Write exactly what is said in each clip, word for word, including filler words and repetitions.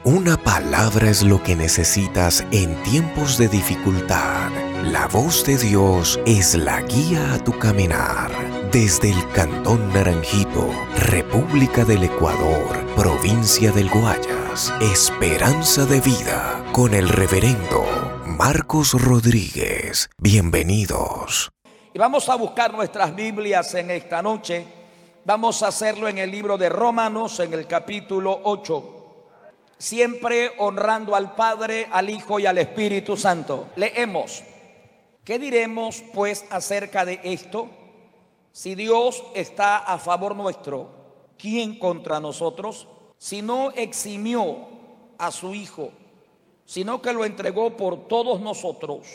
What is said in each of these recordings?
Una palabra es lo que necesitas en tiempos de dificultad. La voz de Dios es la guía a tu caminar. Desde el Cantón Naranjito, República del Ecuador, Provincia del Guayas, Esperanza de Vida, con el reverendo Marcos Rodríguez. Bienvenidos. Y vamos a buscar nuestras Biblias en esta noche. Vamos a hacerlo en el libro de Romanos, en el capítulo ocho. Siempre honrando al Padre, al Hijo y al Espíritu Santo. Leemos: ¿qué diremos pues acerca de esto? Si Dios está a favor nuestro, ¿quién contra nosotros? Si no eximió a su Hijo, sino que lo entregó por todos nosotros,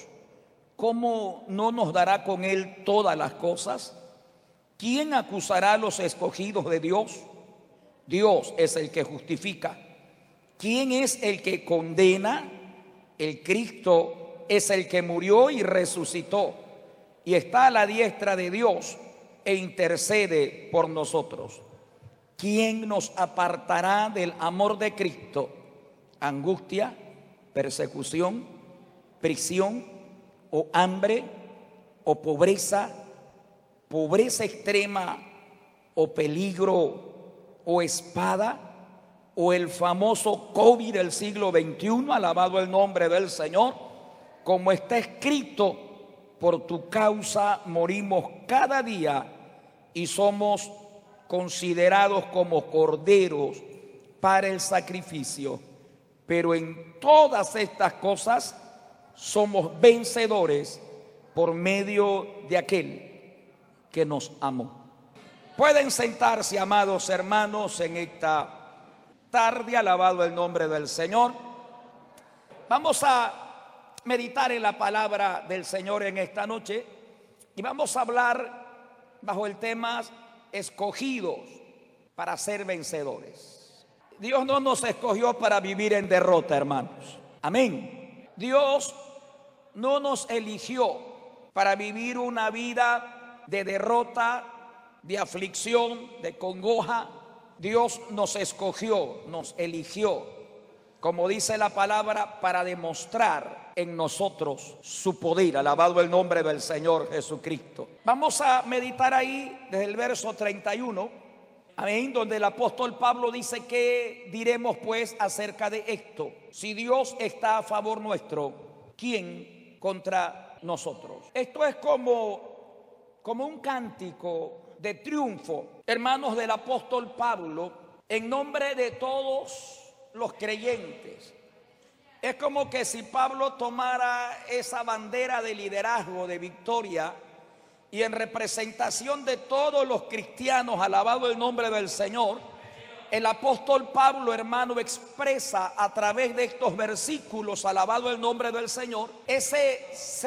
¿cómo no nos dará con Él todas las cosas? ¿Quién acusará a los escogidos de Dios? Dios es el que justifica. ¿Quién es el que condena? El Cristo es el que murió y resucitó y está a la diestra de Dios e intercede por nosotros. ¿Quién nos apartará del amor de Cristo? ¿Angustia, persecución, prisión o hambre o pobreza, pobreza extrema o peligro o espada? O el famoso COVID del siglo veintiuno, alabado el nombre del Señor, como está escrito: por tu causa morimos cada día y somos considerados como corderos para el sacrificio. Pero en todas estas cosas somos vencedores por medio de aquel que nos amó. Pueden sentarse, amados hermanos, en esta tarde, alabado el nombre del Señor. Vamos a meditar en la palabra del Señor en esta noche y vamos a hablar bajo el tema escogidos para ser vencedores. Dios no nos escogió para vivir en derrota, hermanos. Amén. Dios no nos eligió para vivir una vida de derrota, de aflicción, de congoja. Dios nos escogió, nos eligió, como dice la palabra, para demostrar en nosotros su poder. Alabado el nombre del Señor Jesucristo. Vamos a meditar ahí desde el verso treinta y uno, amén, donde el apóstol Pablo dice: ¿qué diremos pues acerca de esto? Si Dios está a favor nuestro, ¿quién contra nosotros? Esto es como, como un cántico de triunfo, hermanos, del apóstol Pablo en nombre de todos los creyentes. Es como que si Pablo tomara esa bandera de liderazgo, de victoria, y en representación de todos los cristianos, alabado el nombre del Señor, el apóstol Pablo, hermano, expresa a través de estos versículos, alabado el nombre del Señor, ese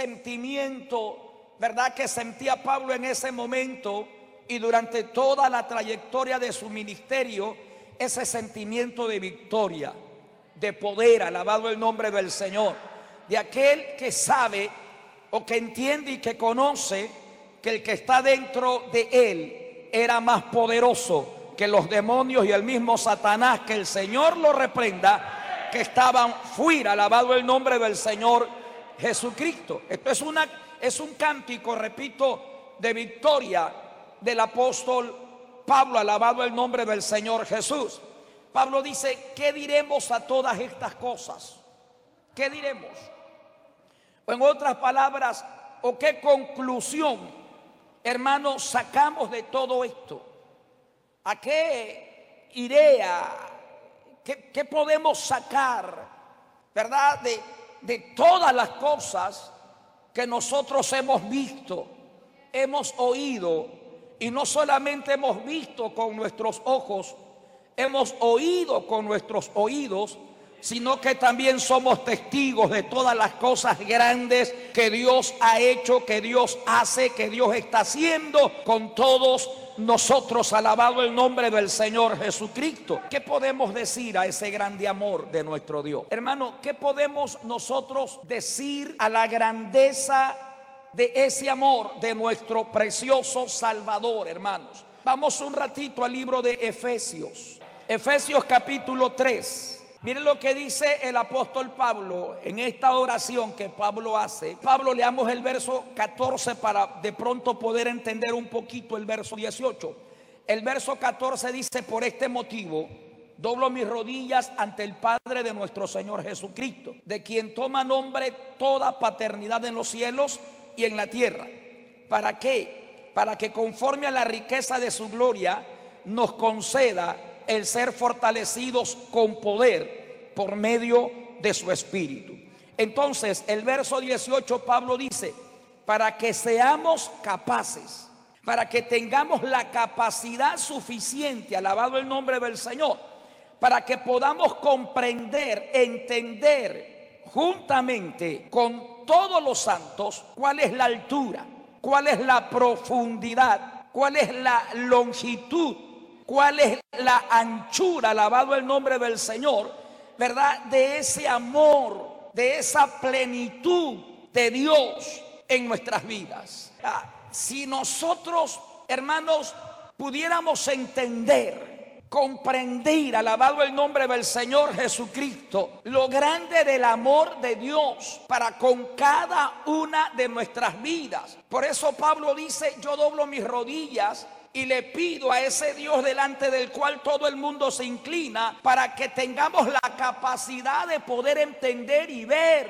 sentimiento, ¿verdad?, que sentía Pablo en ese momento y durante toda la trayectoria de su ministerio, ese sentimiento de victoria, de poder, alabado el nombre del Señor, de aquel que sabe o que entiende y que conoce que el que está dentro de él era más poderoso que los demonios y el mismo Satanás, que el Señor lo reprenda, que estaban fuera, alabado el nombre del Señor Jesucristo. Esto es, una, es un cántico, repito, de victoria del apóstol Pablo, alabado el nombre del Señor Jesús. Pablo dice: ¿qué diremos a todas estas cosas? ¿Qué diremos? O en otras palabras, ¿o qué conclusión, hermanos, sacamos de todo esto? ¿A qué idea, qué, qué podemos sacar, verdad, de, de todas las cosas que nosotros hemos visto, hemos oído? Y no solamente hemos visto con nuestros ojos, hemos oído con nuestros oídos, sino que también somos testigos de todas las cosas grandes que Dios ha hecho, que Dios hace, que Dios está haciendo con todos nosotros. Alabado el nombre del Señor Jesucristo. ¿Qué podemos decir a ese grande amor de nuestro Dios? Hermano, ¿qué podemos nosotros decir a la grandeza de ese amor de nuestro precioso Salvador, hermanos? Vamos un ratito al libro de Efesios. Efesios capítulo tres. Miren lo que dice el apóstol Pablo en esta oración que Pablo hace. Pablo, leamos el verso catorce para de pronto poder entender un poquito el verso dieciocho. El verso catorce dice: por este motivo doblo mis rodillas ante el Padre de nuestro Señor Jesucristo, de quien toma nombre toda paternidad en los cielos y en la tierra. ¿Para qué? Para que conforme a la riqueza de su gloria nos conceda el ser fortalecidos con poder por medio de su Espíritu. Entonces, el verso dieciocho, Pablo dice: para que seamos capaces, para que tengamos la capacidad suficiente, alabado el nombre del Señor, para que podamos comprender, entender juntamente con todos los santos cuál es la altura, cuál es la profundidad, cuál es la longitud, cuál es la anchura, alabado el nombre del Señor, ¿verdad? De ese amor, de esa plenitud de Dios en nuestras vidas. Ah, si nosotros, hermanos, pudiéramos entender, comprender, alabado el nombre del Señor Jesucristo, lo grande del amor de Dios para con cada una de nuestras vidas. Por eso Pablo dice: yo doblo mis rodillas y le pido a ese Dios delante del cual todo el mundo se inclina, para que tengamos la capacidad de poder entender y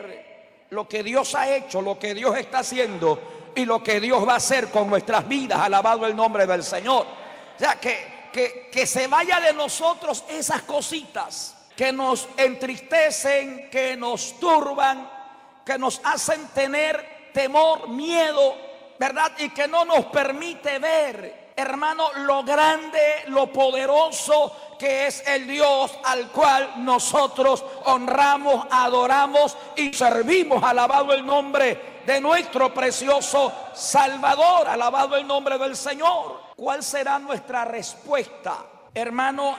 ver lo que Dios ha hecho, lo que Dios está haciendo y lo que Dios va a hacer con nuestras vidas, alabado el nombre del Señor. O sea, que, que, que se vaya de nosotros esas cositas que nos entristecen, que nos turban, que nos hacen tener temor, miedo, ¿verdad? Y que no nos permite ver, hermano, lo grande, lo poderoso que es el Dios al cual nosotros honramos, adoramos y servimos. Alabado el nombre de nuestro precioso Salvador, alabado el nombre del Señor. ¿Cuál será nuestra respuesta, hermano,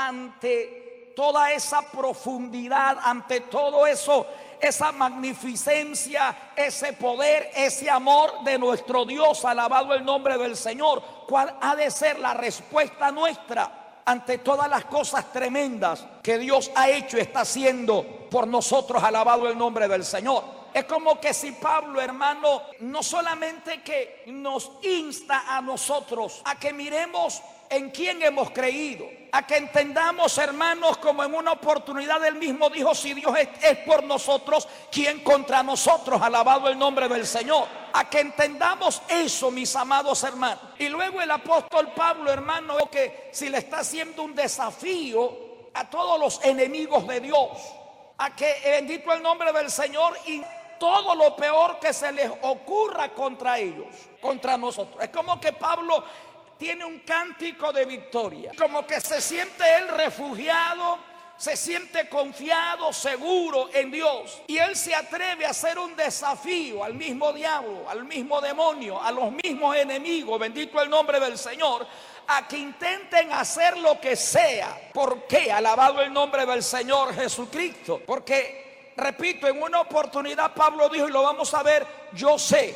ante toda esa profundidad, ante todo eso, esa magnificencia, ese poder, ese amor de nuestro Dios, alabado el nombre del Señor? ¿Cuál ha de ser la respuesta nuestra ante todas las cosas tremendas que Dios ha hecho y está haciendo por nosotros, alabado el nombre del Señor? Es como que si Pablo, hermano, no solamente que nos insta a nosotros a que miremos en quién hemos creído, a que entendamos, hermanos, como en una oportunidad él mismo dijo: si Dios es, es por nosotros, ¿quién contra nosotros? Alabado el nombre del Señor. A que entendamos eso, mis amados hermanos. Y luego el apóstol Pablo, hermano, que si le está haciendo un desafío a todos los enemigos de Dios, a que, bendito el nombre del Señor, y todo lo peor que se les ocurra contra ellos, contra nosotros. Es como que Pablo tiene un cántico de victoria, como que se siente él refugiado, se siente confiado, seguro en Dios, y él se atreve a hacer un desafío al mismo diablo, al mismo demonio, a los mismos enemigos, bendito el nombre del Señor, a que intenten hacer lo que sea. ¿Por qué? Alabado el nombre del Señor Jesucristo. Porque, repito, en una oportunidad Pablo dijo, y lo vamos a ver: yo sé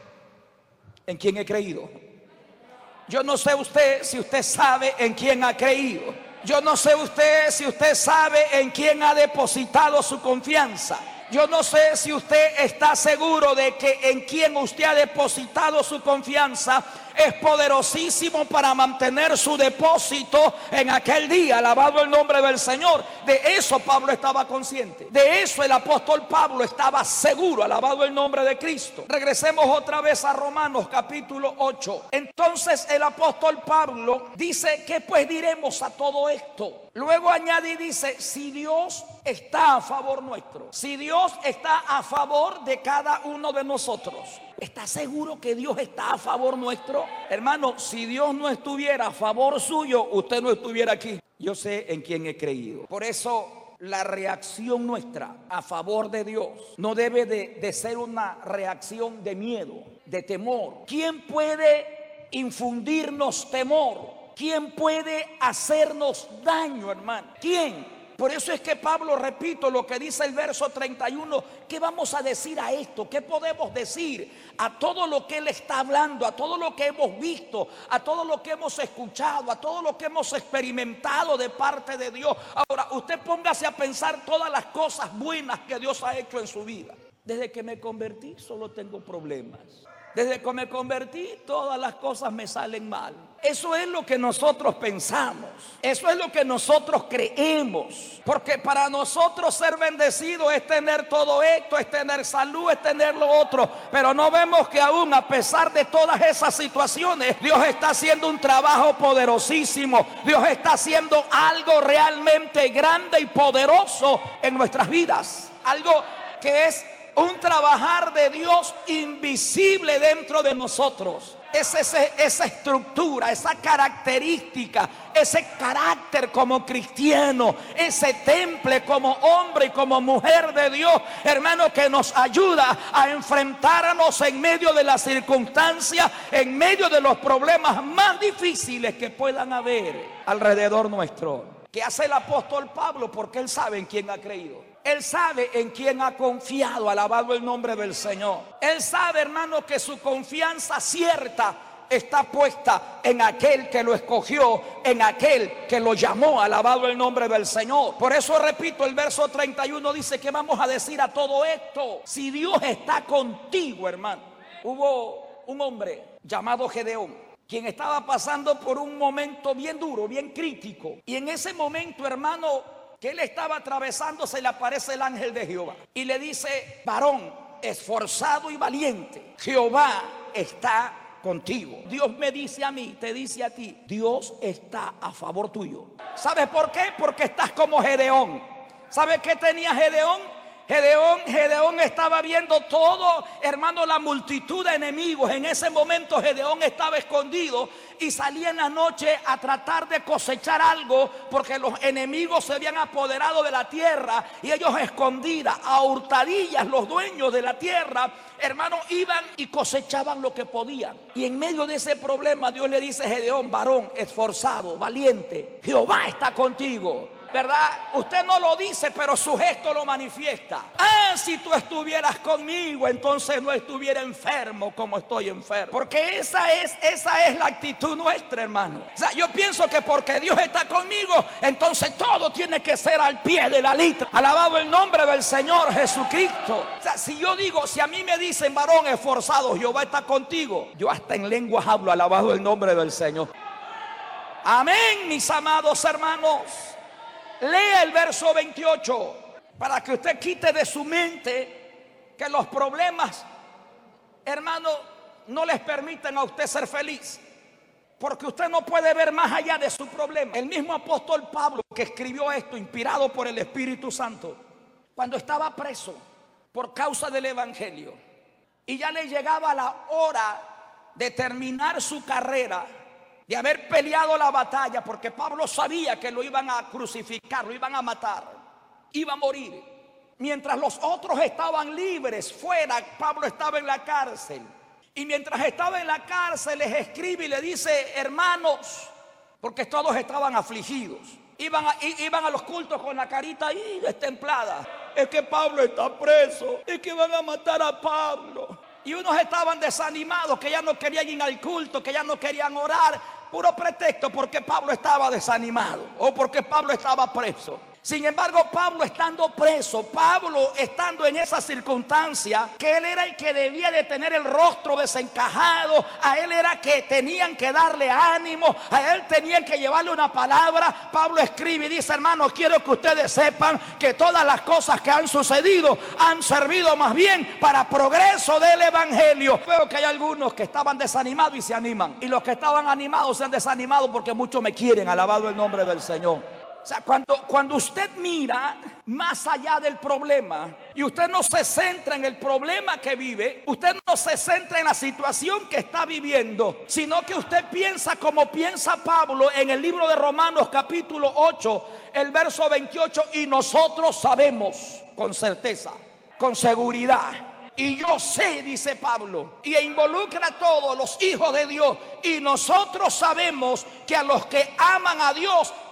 en quién he creído. Yo no sé usted si usted sabe en quién ha creído. Yo no sé usted si usted sabe en quién ha depositado su confianza. Yo no sé si usted está seguro de que en quien usted ha depositado su confianza es poderosísimo para mantener su depósito en aquel día. Alabado el nombre del Señor. De eso Pablo estaba consciente. De eso el apóstol Pablo estaba seguro. Alabado el nombre de Cristo. Regresemos otra vez a Romanos capítulo ocho. Entonces el apóstol Pablo dice: ¿qué pues diremos a todo esto? Luego añade y dice: si Dios está a favor nuestro, si Dios está a favor de cada uno de nosotros, ¿está seguro que Dios está a favor nuestro? Hermano, si Dios no estuviera a favor suyo, usted no estuviera aquí. Yo sé en quién he creído. Por eso la reacción nuestra a favor de Dios no debe de, de ser una reacción de miedo, de temor. ¿Quién puede infundirnos temor? ¿Quién puede hacernos daño, hermano? ¿Quién? Por eso es que Pablo, repito lo que dice el verso treinta y uno, ¿qué vamos a decir a esto? ¿Qué podemos decir a todo lo que él está hablando, a todo lo que hemos visto, a todo lo que hemos escuchado, a todo lo que hemos experimentado de parte de Dios? Ahora, usted póngase a pensar todas las cosas buenas que Dios ha hecho en su vida. Desde que me convertí solo tengo problemas. Desde que me convertí todas las cosas me salen mal. Eso es lo que nosotros pensamos. Eso es lo que nosotros creemos. Porque para nosotros ser bendecido es tener todo esto, es tener salud, es tener lo otro. Pero no vemos que aún a pesar de todas esas situaciones, Dios está haciendo un trabajo poderosísimo. Dios está haciendo algo realmente grande y poderoso en nuestras vidas. Algo que es un trabajar de Dios invisible dentro de nosotros. Es ese, esa estructura, esa característica, ese carácter como cristiano, ese temple como hombre y como mujer de Dios, hermano, que nos ayuda a enfrentarnos en medio de las circunstancias, en medio de los problemas más difíciles que puedan haber alrededor nuestro. ¿Qué hace el apóstol Pablo? Porque él sabe en quién ha creído. Él sabe en quién ha confiado, alabado el nombre del Señor. Él sabe, hermano, que su confianza cierta está puesta en aquel que lo escogió, en aquel que lo llamó, alabado el nombre del Señor. Por eso repito, el verso treinta y uno dice: ¿qué vamos a decir a todo esto? Si Dios está contigo, hermano. Hubo un hombre llamado Gedeón, quien estaba pasando por un momento bien duro, bien crítico. Y en ese momento, hermano, que él estaba atravesando, se le aparece el ángel de Jehová y le dice: varón esforzado y valiente, Jehová está contigo. Dios me dice a mí, te dice a ti, Dios está a favor tuyo. ¿Sabes por qué? Porque estás como Gedeón. ¿Sabes qué tenía Gedeón? Gedeón, Gedeón estaba viendo todo, hermano, la multitud de enemigos. En ese momento Gedeón estaba escondido y salía en la noche a tratar de cosechar algo, porque los enemigos se habían apoderado de la tierra y ellos escondidas, a hurtadillas, los dueños de la tierra, hermano, iban y cosechaban lo que podían. Y en medio de ese problema Dios le dice a Gedeón: varón esforzado, valiente, Jehová está contigo. ¿Verdad? Usted no lo dice, pero su gesto lo manifiesta. Ah, si tú estuvieras conmigo, entonces no estuviera enfermo como estoy enfermo. Porque esa es, esa es la actitud nuestra, hermano. O sea, yo pienso que porque Dios está conmigo, entonces todo tiene que ser al pie de la letra. Alabado el nombre del Señor Jesucristo. O sea, si yo digo, si a mí me dicen: varón esforzado, Jehová está contigo, yo hasta en lenguas hablo, alabado el nombre del Señor. Amén, mis amados hermanos. Lea el verso veintiocho para que usted quite de su mente que los problemas, hermano, no les permiten a usted ser feliz, porque usted no puede ver más allá de su problema. El mismo apóstol Pablo, que escribió esto inspirado por el Espíritu Santo, cuando estaba preso por causa del evangelio y ya le llegaba la hora de terminar su carrera, de haber peleado la batalla, porque Pablo sabía que lo iban a crucificar, lo iban a matar, iba a morir. Mientras los otros estaban libres fuera, Pablo estaba en la cárcel. Y mientras estaba en la cárcel les escribe y le dice: hermanos, porque todos estaban afligidos, iban a, iban a los cultos con la carita ahí destemplada. Es que Pablo está preso, es que van a matar a Pablo. Y unos estaban desanimados, que ya no querían ir al culto, que ya no querían orar. Puro pretexto, porque Pablo estaba desanimado o porque Pablo estaba preso. Sin embargo, Pablo estando preso, Pablo estando en esa circunstancia, que él era el que debía de tener el rostro desencajado, a él era que tenían que darle ánimo, a él tenían que llevarle una palabra. Pablo escribe y dice: hermanos, quiero que ustedes sepan que todas las cosas que han sucedido han servido más bien para progreso del evangelio. Veo que hay algunos que estaban desanimados y se animan, y los que estaban animados se han desanimado porque muchos me quieren, alabado el nombre del Señor. O sea, cuando, cuando usted mira más allá del problema y usted no se centra en el problema que vive, usted no se centra en la situación que está viviendo, sino que usted piensa como piensa Pablo en el libro de Romanos capítulo ocho, el verso veintiocho: y nosotros sabemos con certeza, con seguridad. Y yo sé, dice Pablo, y involucra a todos los hijos de Dios. Y nosotros sabemos que a los que aman a Dios,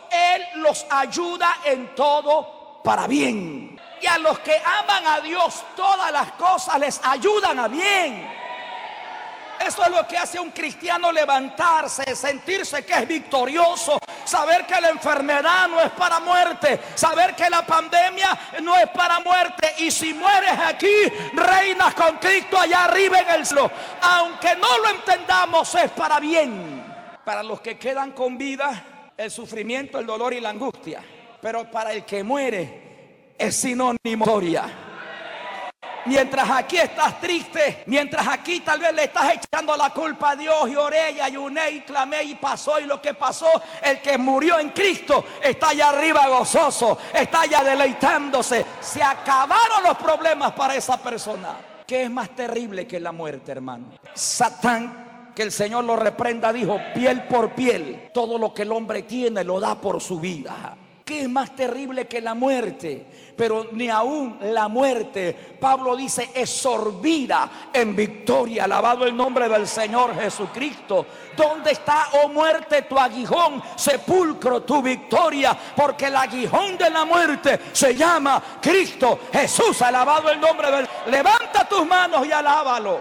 Él los ayuda en todo para bien. Y a los que aman a Dios, todas las cosas les ayudan a bien. Eso es lo que hace a un cristiano levantarse, sentirse que es victorioso, saber que la enfermedad no es para muerte, saber que la pandemia no es para muerte. Y si mueres aquí, reinas con Cristo allá arriba en el cielo. Aunque no lo entendamos, es para bien. Para los que quedan con vida, el sufrimiento, el dolor y la angustia. Pero para el que muere, es sinónimo de gloria. Mientras aquí estás triste, mientras aquí tal vez le estás echando la culpa a Dios, y oré y ayuné y clamé y pasó y lo que pasó, el que murió en Cristo está allá arriba gozoso, está allá deleitándose. Se acabaron los problemas para esa persona. ¿Qué es más terrible que la muerte, hermano? Satán, que el Señor lo reprenda, dijo: piel por piel, todo lo que el hombre tiene lo da por su vida. ¿Qué es más terrible que la muerte? Pero ni aún la muerte, Pablo dice, es sorbida en victoria. Alabado el nombre del Señor Jesucristo. ¿Dónde está, oh muerte, tu aguijón? Sepulcro, tu victoria. Porque el aguijón de la muerte se llama Cristo Jesús. Alabado el nombre del... Levanta tus manos y alábalo.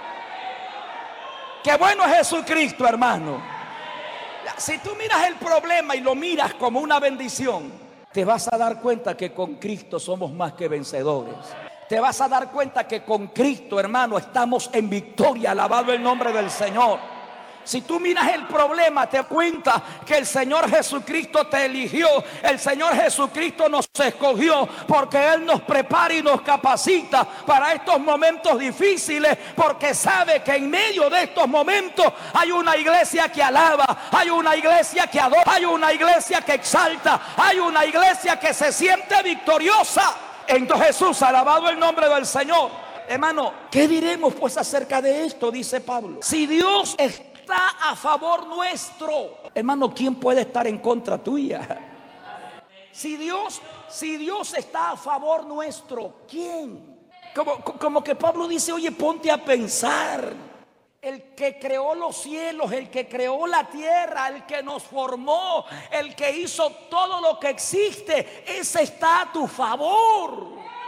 Qué bueno es Jesucristo, hermano. Si tú miras el problema y lo miras como una bendición, te vas a dar cuenta que con Cristo somos más que vencedores. Te vas a dar cuenta que con Cristo, hermano, estamos en victoria. Alabado el nombre del Señor. Si tú miras el problema, te das cuenta que el Señor Jesucristo te eligió. El Señor Jesucristo nos escogió porque Él nos prepara y nos capacita para estos momentos difíciles, porque sabe que en medio de estos momentos hay una iglesia que alaba, hay una iglesia que adora, hay una iglesia que exalta, hay una iglesia que se siente victoriosa en Jesús. Alabado el nombre del Señor. Hermano, ¿qué diremos pues acerca de esto? Dice Pablo. Si Dios es está a favor nuestro, hermano, ¿quién puede estar en contra tuya? Si Dios, si Dios está a favor nuestro, ¿quién? Como, como que Pablo dice, oye, ponte a pensar. El que creó los cielos, el que creó la tierra, el que nos formó, el que hizo todo lo que existe, ese está a tu favor.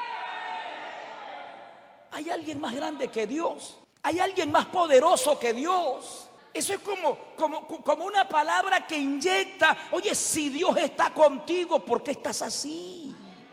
Hay alguien más grande que Dios. Hay alguien más poderoso que Dios. Eso es como, como, como una palabra que inyecta. Oye, si Dios está contigo, ¿por qué estás así?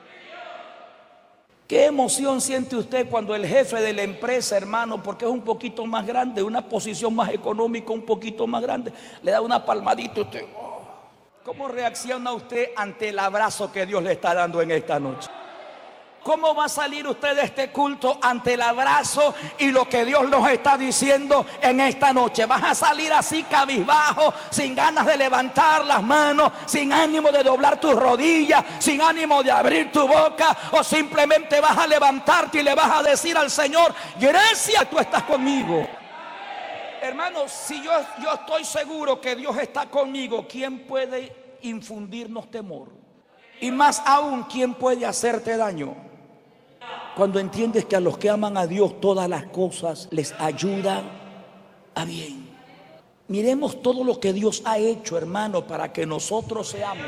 ¿Qué emoción siente usted cuando el jefe de la empresa, hermano, porque es un poquito más grande, una posición más económica, un poquito más grande, le da una palmadita a usted? Oh. ¿Cómo reacciona usted ante el abrazo que Dios le está dando en esta noche? ¿Cómo va a salir usted de este culto ante el abrazo y lo que Dios nos está diciendo en esta noche? ¿Vas a salir así cabizbajo, sin ganas de levantar las manos, sin ánimo de doblar tus rodillas, sin ánimo de abrir tu boca? ¿O simplemente vas a levantarte y le vas a decir al Señor, gracias, tú estás conmigo? Hermanos, si yo, yo estoy seguro que Dios está conmigo, ¿quién puede infundirnos temor? Y más aún, ¿quién puede hacerte daño? Cuando entiendes que a los que aman a Dios todas las cosas les ayudan a bien. Miremos todo lo que Dios ha hecho, hermano, para que nosotros seamos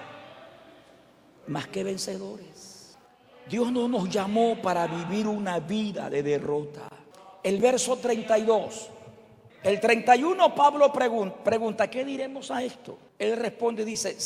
más que vencedores. Dios no nos llamó para vivir una vida de derrota. El verso treinta y dos, el treinta y uno, Pablo pregunta, pregunta, ¿qué diremos a esto? Él responde, dice,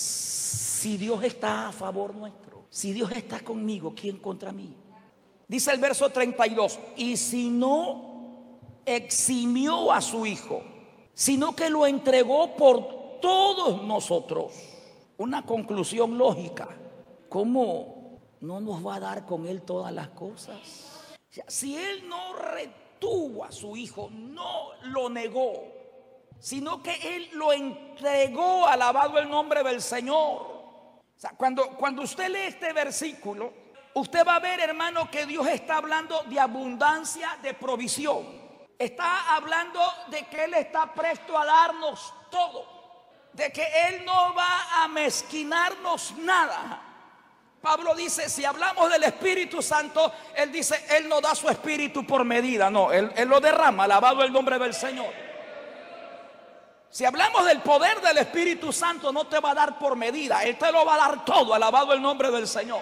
si Dios está a favor nuestro, si Dios está conmigo, ¿quién contra mí? Dice el verso treinta y dos, y si no eximió a su hijo, sino que lo entregó por todos nosotros. Una conclusión lógica. ¿Cómo no nos va a dar con él todas las cosas? O sea, si él no retuvo a su hijo, no lo negó, sino que él lo entregó, alabado el nombre del Señor. O sea, cuando, cuando usted lee este versículo, usted va a ver, hermano, que Dios está hablando de abundancia, de provisión. Está hablando de que Él está presto a darnos todo, de que Él no va a mezquinarnos nada. Pablo dice, si hablamos del Espíritu Santo, Él dice, Él no da su Espíritu por medida, no, Él, él lo derrama, alabado el nombre del Señor. Si hablamos del poder del Espíritu Santo, no te va a dar por medida, Él te lo va a dar todo. Alabado el nombre del Señor.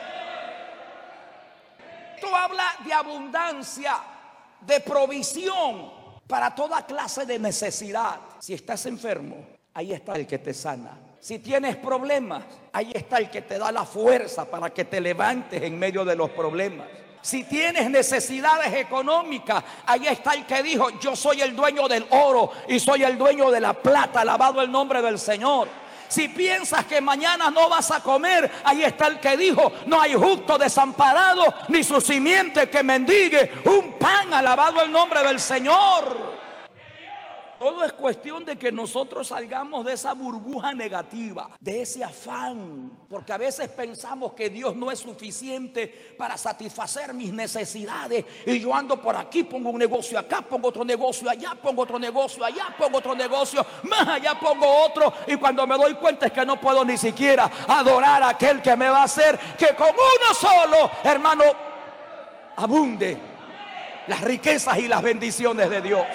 Esto habla de abundancia, de provisión para toda clase de necesidad. Si estás enfermo, ahí está el que te sana. Si tienes problemas, ahí está el que te da la fuerza para que te levantes en medio de los problemas. Si tienes necesidades económicas, ahí está el que dijo: yo soy el dueño del oro y soy el dueño de la plata. Alabado el nombre del Señor. Si piensas que mañana no vas a comer, ahí está el que dijo: no hay justo desamparado, ni su simiente que mendigue un pan. Alabado el nombre del Señor. Todo es cuestión de que nosotros salgamos de esa burbuja negativa, de ese afán, porque a veces pensamos que Dios no es suficiente para satisfacer mis necesidades, y yo ando por aquí, pongo un negocio acá, pongo otro negocio allá, pongo otro negocio allá, pongo otro negocio más allá, pongo otro, y cuando me doy cuenta es que no puedo ni siquiera adorar a aquel que me va a hacer que con uno solo, hermano, abunde las riquezas y las bendiciones de Dios.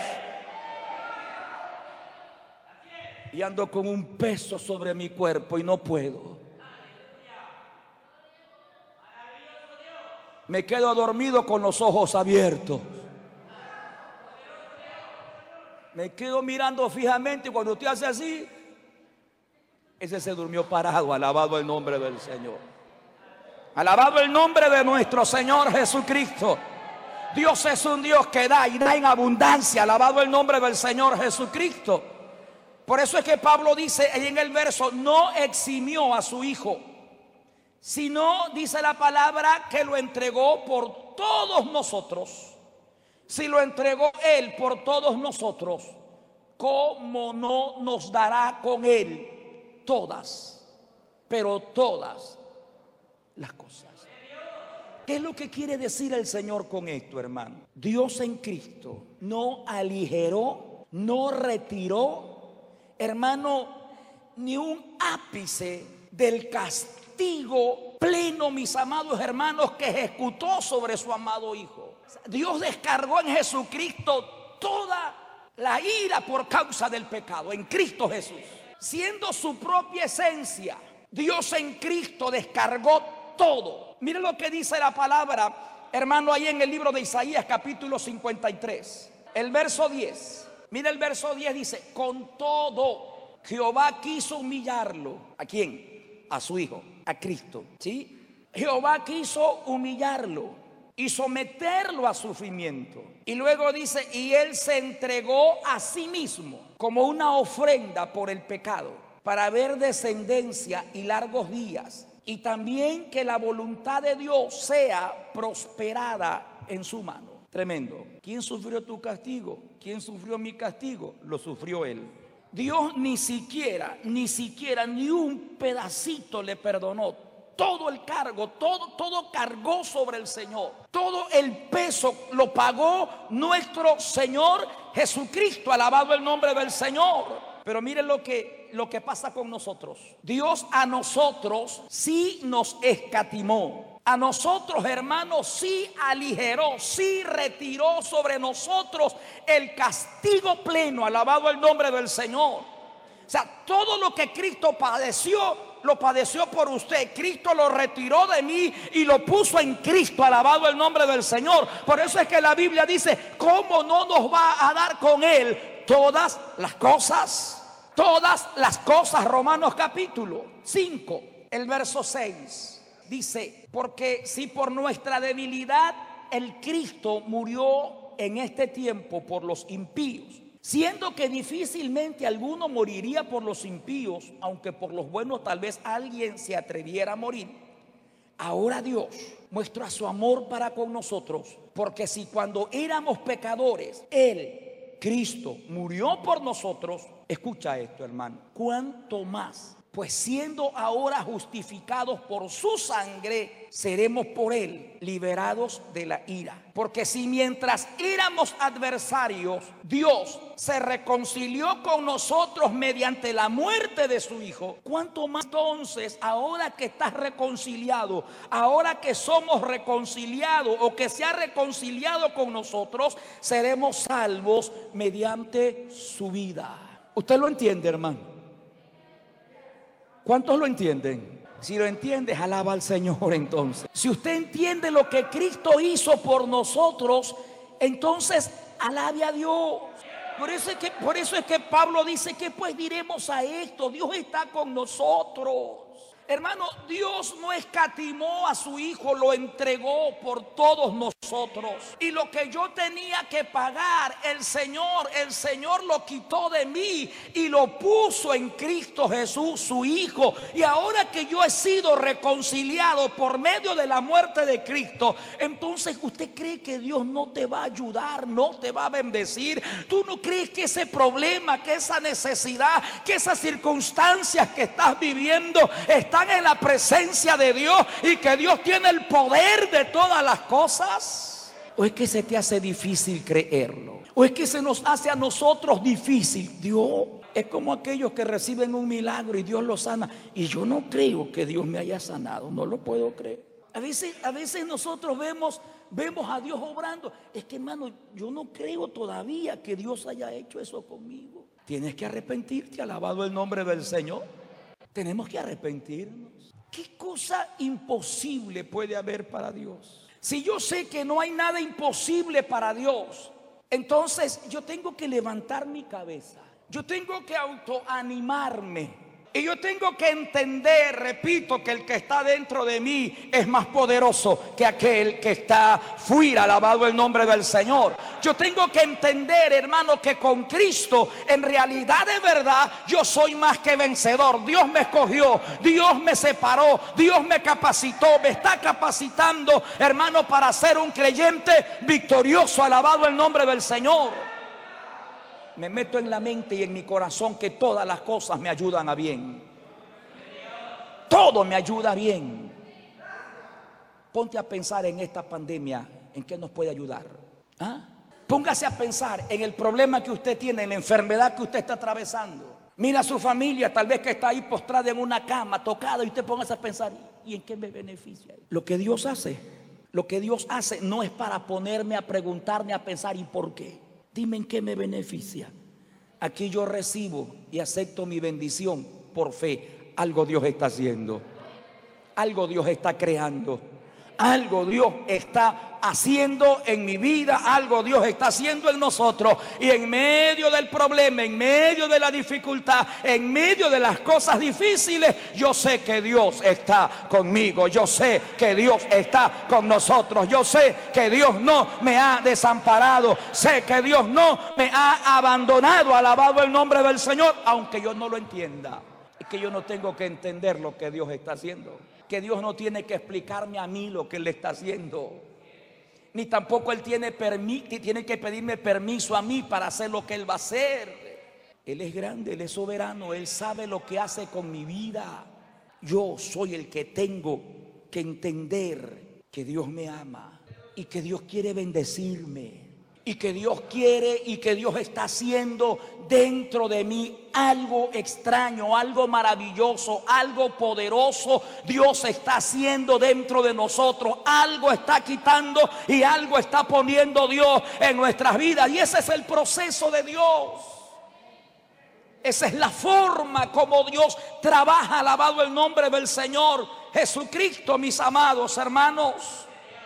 Y ando con un peso sobre mi cuerpo y no puedo. Me quedo dormido con los ojos abiertos. Me quedo mirando fijamente, y cuando usted hace así, ese se durmió parado. Alabado el nombre del Señor. Alabado el nombre de nuestro Señor Jesucristo. Dios es un Dios que da y da en abundancia. Alabado el nombre del Señor Jesucristo. Por eso es que Pablo dice ahí en el verso: no eximió a su hijo, sino, dice la palabra, que lo entregó por todos nosotros. Si lo entregó Él por todos nosotros, ¿cómo no nos dará con Él todas, pero todas las cosas? ¿Qué es lo que quiere decir el Señor con esto, hermano? Dios en Cristo no aligeró, no retiró, hermano, ni un ápice del castigo pleno, mis amados hermanos, que ejecutó sobre su amado Hijo. Dios descargó en Jesucristo toda la ira por causa del pecado, en Cristo Jesús. Siendo su propia esencia, Dios en Cristo descargó todo. Mire lo que dice la palabra, hermano, ahí en el libro de Isaías, capítulo cincuenta y tres, el verso diez. Mira el verso diez, dice: con todo Jehová quiso humillarlo. ¿A quién? A su Hijo, a Cristo, ¿sí? Jehová quiso humillarlo y someterlo a sufrimiento. Y luego dice: y Él se entregó a sí mismo como una ofrenda por el pecado, para ver descendencia y largos días, y también que la voluntad de Dios sea prosperada en su mano. Tremendo. ¿Quién sufrió tu castigo? ¿Quién sufrió mi castigo? Lo sufrió Él. Dios ni siquiera, ni siquiera, ni un pedacito le perdonó. Todo el cargo, todo, todo cargó sobre el Señor. Todo el peso lo pagó nuestro Señor Jesucristo. Alabado el nombre del Señor. Pero miren lo que, lo que pasa con nosotros. Dios a nosotros sí nos escatimó. A nosotros, hermanos, sí aligeró, sí retiró sobre nosotros el castigo pleno. Alabado el nombre del Señor. O sea, todo lo que Cristo padeció, lo padeció por usted. Cristo lo retiró de mí y lo puso en Cristo. Alabado el nombre del Señor. Por eso es que la Biblia dice: ¿cómo no nos va a dar con Él todas las cosas? Todas las cosas. Romanos capítulo cinco, el verso seis. Dice: porque si por nuestra debilidad el Cristo murió en este tiempo por los impíos, siendo que difícilmente alguno moriría por los impíos, aunque por los buenos tal vez alguien se atreviera a morir, ahora Dios muestra su amor para con nosotros, porque si cuando éramos pecadores Él, Cristo, murió por nosotros, escucha esto, hermano, cuánto más, pues siendo ahora justificados por su sangre, seremos por Él liberados de la ira. Porque si mientras éramos adversarios, Dios se reconcilió con nosotros mediante la muerte de su Hijo, ¿cuánto más entonces, ahora que estás reconciliado, ahora que somos reconciliados o que se ha reconciliado con nosotros, seremos salvos mediante su vida? ¿Usted lo entiende, hermano? ¿Cuántos lo entienden? Si lo entiendes, alaba al Señor entonces. Si usted entiende lo que Cristo hizo por nosotros, entonces alabe a Dios. Por eso es que, por eso es que Pablo dice que pues diremos a esto, Dios está con nosotros. Hermano, Dios no escatimó a su Hijo, lo entregó por todos nosotros. Y lo que yo tenía que pagar, el Señor, el Señor lo quitó de mí y lo puso en Cristo Jesús, su Hijo. Y ahora que yo he sido reconciliado por medio de la muerte de Cristo, entonces usted cree que Dios no te va a ayudar, no te va a bendecir. Tú no crees que ese problema, que esa necesidad, que esas circunstancias que estás viviendo están en la presencia de Dios y que Dios tiene el poder de todas las cosas. ¿O es que se te hace difícil creerlo? ¿O es que se nos hace a nosotros difícil? Dios es como aquellos que reciben un milagro y Dios los sana, y yo no creo que Dios me haya sanado, no lo puedo creer. A veces, a veces nosotros vemos, vemos a Dios obrando. Es que, hermano, yo no creo todavía que Dios haya hecho eso conmigo. Tienes que arrepentirte, alabado el nombre del Señor. Tenemos que arrepentirnos. ¿Qué cosa imposible puede haber para Dios? Si yo sé que no hay nada imposible para Dios, entonces yo tengo que levantar mi cabeza. Yo tengo que autoanimarme. Y yo tengo que entender, repito, que el que está dentro de mí es más poderoso que aquel que está fuera, alabado el nombre del Señor. Yo tengo que entender, hermano, que con Cristo, en realidad de verdad, yo soy más que vencedor. Dios me escogió, Dios me separó, Dios me capacitó, me está capacitando, hermano, para ser un creyente victorioso, alabado el nombre del Señor. Me meto en la mente y en mi corazón que todas las cosas me ayudan a bien. Todo me ayuda bien. Ponte a pensar en esta pandemia, ¿en qué nos puede ayudar? ¿Ah? Póngase a pensar en el problema que usted tiene, en la enfermedad que usted está atravesando. Mira a su familia, tal vez que está ahí postrada en una cama, tocada, y usted póngase a pensar, ¿y en qué me beneficia? Lo que Dios hace, lo que Dios hace no es para ponerme a preguntarme, a pensar, ¿y por qué? Dime en qué me beneficia. Aquí yo recibo y acepto mi bendición por fe. Algo Dios está haciendo. Algo Dios está creando. Algo Dios está haciendo en mi vida. Algo Dios está haciendo en nosotros. Y en medio del problema, en medio de la dificultad, en medio de las cosas difíciles, yo sé que Dios está conmigo. Yo sé que Dios está con nosotros. Yo sé que Dios no me ha desamparado. Sé que Dios no me ha abandonado. Alabado el nombre del Señor. Aunque yo no lo entienda. Es que yo no tengo que entender lo que Dios está haciendo. Que Dios no tiene que explicarme a mí lo que Él está haciendo. Ni tampoco Él tiene, tiene que pedirme permiso a mí para hacer lo que Él va a hacer. Él es grande, Él es soberano, Él sabe lo que hace con mi vida. Yo soy el que tengo que entender que Dios me ama y que Dios quiere bendecirme. Y que Dios quiere y que Dios está haciendo dentro de mí algo extraño, algo maravilloso, algo poderoso. Dios está haciendo dentro de nosotros, algo está quitando y algo está poniendo Dios en nuestras vidas. Y ese es el proceso de Dios. Esa es la forma como Dios trabaja, alabado el nombre del Señor Jesucristo, mis amados hermanos.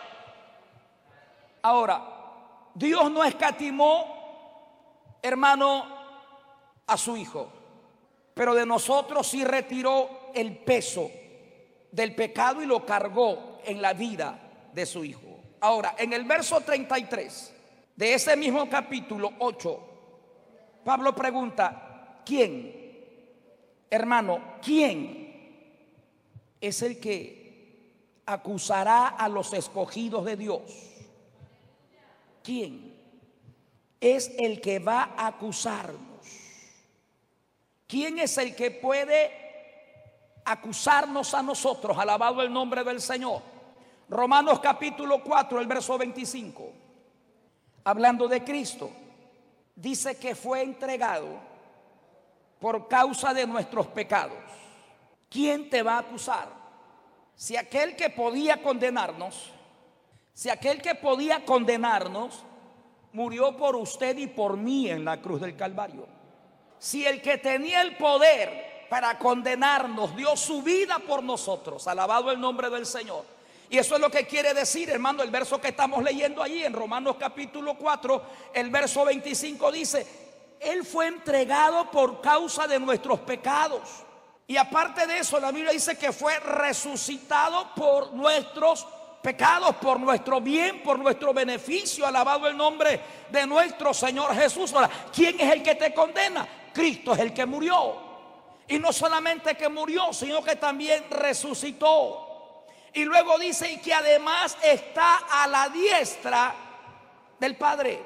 Ahora, Dios no escatimó, hermano, a su Hijo, pero de nosotros sí retiró el peso del pecado y lo cargó en la vida de su Hijo. Ahora, en el verso treinta y tres de ese mismo capítulo ocho, Pablo pregunta, ¿quién, hermano, quién es el que acusará a los escogidos de Dios? ¿Quién es el que va a acusarnos? ¿Quién es el que puede acusarnos a nosotros? Alabado el nombre del Señor. Romanos capítulo cuatro, el verso veinticinco. Hablando de Cristo, dice que fue entregado por causa de nuestros pecados. ¿Quién te va a acusar? Si aquel que podía condenarnos, si aquel que podía condenarnos murió por usted y por mí en la cruz del Calvario. Si el que tenía el poder para condenarnos dio su vida por nosotros, alabado el nombre del Señor. Y eso es lo que quiere decir, hermano, el verso que estamos leyendo allí en Romanos capítulo cuatro, el verso veinticinco dice: Él fue entregado por causa de nuestros pecados. Y aparte de eso, la Biblia dice que fue resucitado por nuestros pecados, por nuestro bien, por nuestro beneficio. Alabado el nombre de nuestro Señor Jesús. Ahora, ¿quién es el que te condena? Cristo es el que murió. Y no solamente que murió, sino que también resucitó. Y luego dice, y que además está a la diestra del Padre.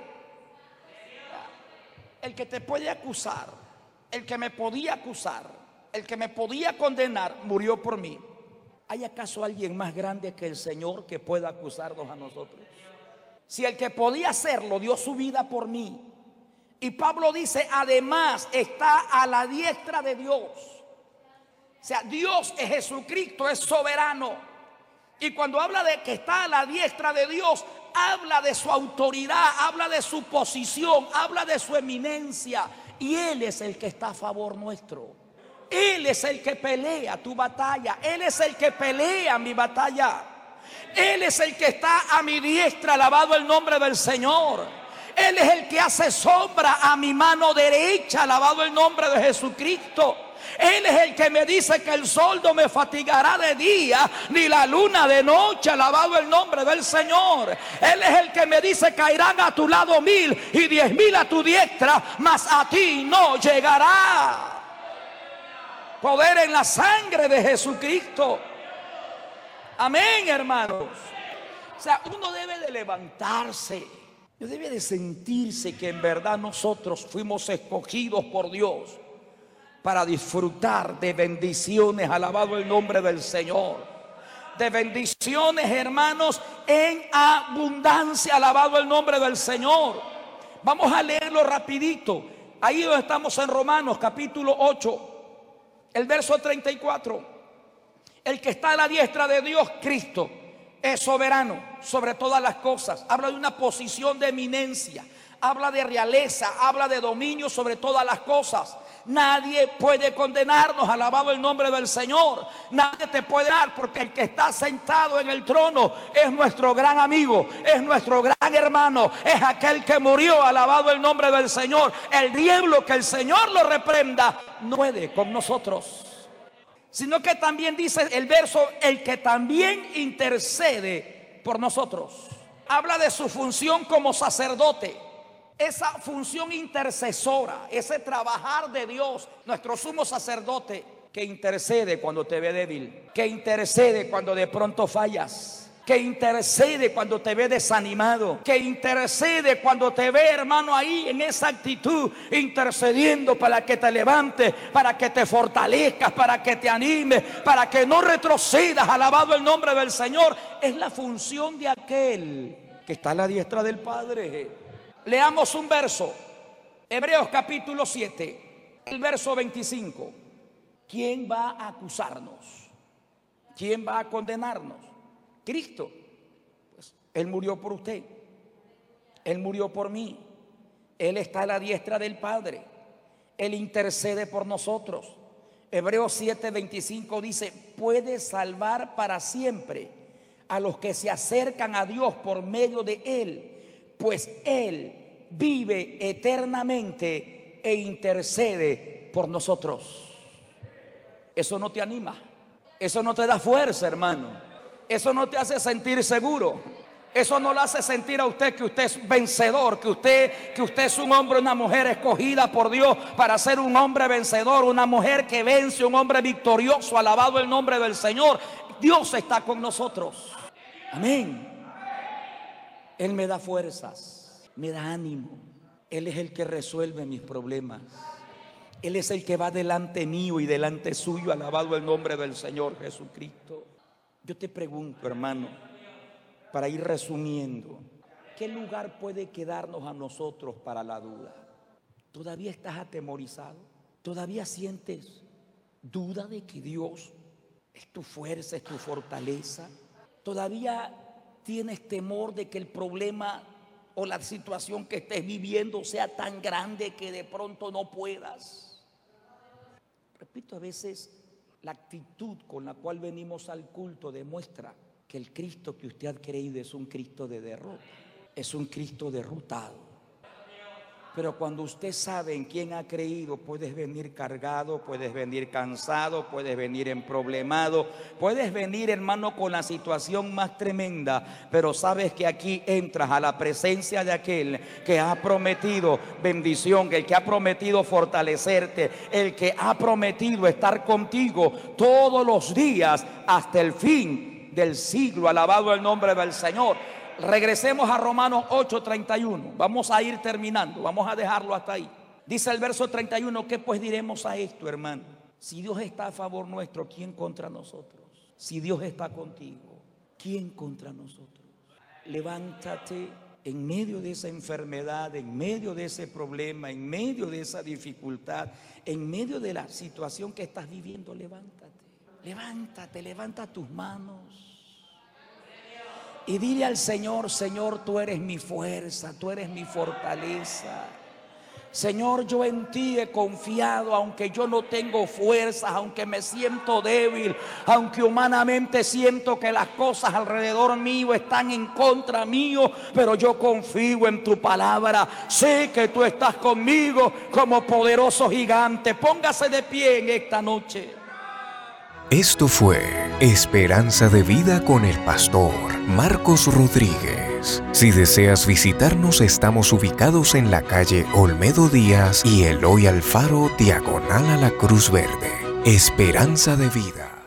El que te puede acusar, el que me podía acusar, el que me podía condenar, murió por mí. ¿Hay acaso alguien más grande que el Señor que pueda acusarnos a nosotros? Si el que podía hacerlo dio su vida por mí. Y Pablo dice, además está a la diestra de Dios. O sea, Dios es Jesucristo, es soberano. Y cuando habla de que está a la diestra de Dios, habla de su autoridad, habla de su posición, habla de su eminencia. Y Él es el que está a favor nuestro. Él es el que pelea tu batalla. Él es el que pelea mi batalla. Él es el que está a mi diestra, alabado el nombre del Señor. Él es el que hace sombra a mi mano derecha, alabado el nombre de Jesucristo. Él es el que me dice que el sol no me fatigará de día, ni la luna de noche, alabado el nombre del Señor. Él es el que me dice, caerán a tu lado mil y diez mil a tu diestra, mas a ti no llegará. Poder en la sangre de Jesucristo. Amén, hermanos. O sea, uno debe de levantarse, debe de sentirse que en verdad nosotros fuimos escogidos por Dios para disfrutar de bendiciones, alabado el nombre del Señor. De bendiciones, hermanos, en abundancia, alabado el nombre del Señor. Vamos a leerlo rapidito. Ahí donde estamos en Romanos capítulo ocho. El verso treinta y cuatro. El que está a la diestra de Dios, Cristo, es soberano sobre todas las cosas. Habla de una posición de eminencia, habla de realeza, habla de dominio sobre todas las cosas. Nadie puede condenarnos, alabado el nombre del Señor. Nadie te puede dar, porque el que está sentado en el trono es nuestro gran amigo, es nuestro gran hermano, es aquel que murió, alabado el nombre del Señor. El diablo, que el Señor lo reprenda, no puede con nosotros. Sino que también dice el verso, el que también intercede por nosotros. Habla de su función como sacerdote. Esa función intercesora, ese trabajar de Dios, nuestro sumo sacerdote, que intercede cuando te ve débil, que intercede cuando de pronto fallas, que intercede cuando te ve desanimado, que intercede cuando te ve, hermano, ahí en esa actitud, intercediendo para que te levantes, para que te fortalezcas, para que te animes, para que no retrocedas, alabado el nombre del Señor. Es la función de aquel que está a la diestra del Padre. Leamos un verso, Hebreos capítulo siete, el verso veinticinco. ¿Quién va a acusarnos? ¿Quién va a condenarnos? Cristo. Pues Él murió por usted, Él murió por mí, Él está a la diestra del Padre, Él intercede por nosotros. Hebreos siete veinticinco dice, puede salvar para siempre a los que se acercan a Dios por medio de Él, pues Él vive eternamente e intercede por nosotros. Eso no te anima, eso no te da fuerza, hermano, eso no te hace sentir seguro, eso no le hace sentir a usted que usted es vencedor, que usted, que usted es un hombre, una mujer escogida por Dios para ser un hombre vencedor, una mujer que vence, un hombre victorioso, alabado el nombre del Señor. Dios está con nosotros. Amén. Él me da fuerzas, me da ánimo. Él es el que resuelve mis problemas. Él es el que va delante mío y delante suyo, alabado el nombre del Señor Jesucristo. Yo te pregunto, hermano, para ir resumiendo, ¿qué lugar puede quedarnos a nosotros para la duda? ¿Todavía estás atemorizado? ¿Todavía sientes duda de que Dios es tu fuerza, es tu fortaleza? ¿Todavía tienes temor de que el problema o la situación que estés viviendo sea tan grande que de pronto no puedas? Repito, a veces la actitud con la cual venimos al culto demuestra que el Cristo que usted ha creído es un Cristo de derrota, es un Cristo derrotado. Pero cuando usted sabe en quién ha creído, puedes venir cargado, puedes venir cansado, puedes venir emproblemado, puedes venir, hermano, con la situación más tremenda, pero sabes que aquí entras a la presencia de aquel que ha prometido bendición, el que ha prometido fortalecerte, el que ha prometido estar contigo todos los días hasta el fin del siglo. Alabado el nombre del Señor. Regresemos a Romanos ocho treinta y uno. Vamos a ir terminando, vamos a dejarlo hasta ahí. Dice el verso treinta y uno: ¿qué pues diremos a esto, hermano? Si Dios está a favor nuestro, ¿quién contra nosotros? Si Dios está contigo, ¿quién contra nosotros? Levántate en medio de esa enfermedad, en medio de ese problema, en medio de esa dificultad, en medio de la situación que estás viviendo. Levántate, levántate, levanta tus manos y dile al Señor: Señor, tú eres mi fuerza, tú eres mi fortaleza. Señor, yo en ti he confiado, aunque yo no tengo fuerzas, aunque me siento débil, aunque humanamente siento que las cosas alrededor mío están en contra mío, pero yo confío en tu palabra. Sé que tú estás conmigo como poderoso gigante. Póngase de pie en esta noche. Esto fue Esperanza de Vida con el pastor Marcos Rodríguez. Si deseas visitarnos, estamos ubicados en la calle Olmedo Díaz y Eloy Alfaro, diagonal a la Cruz Verde. Esperanza de Vida.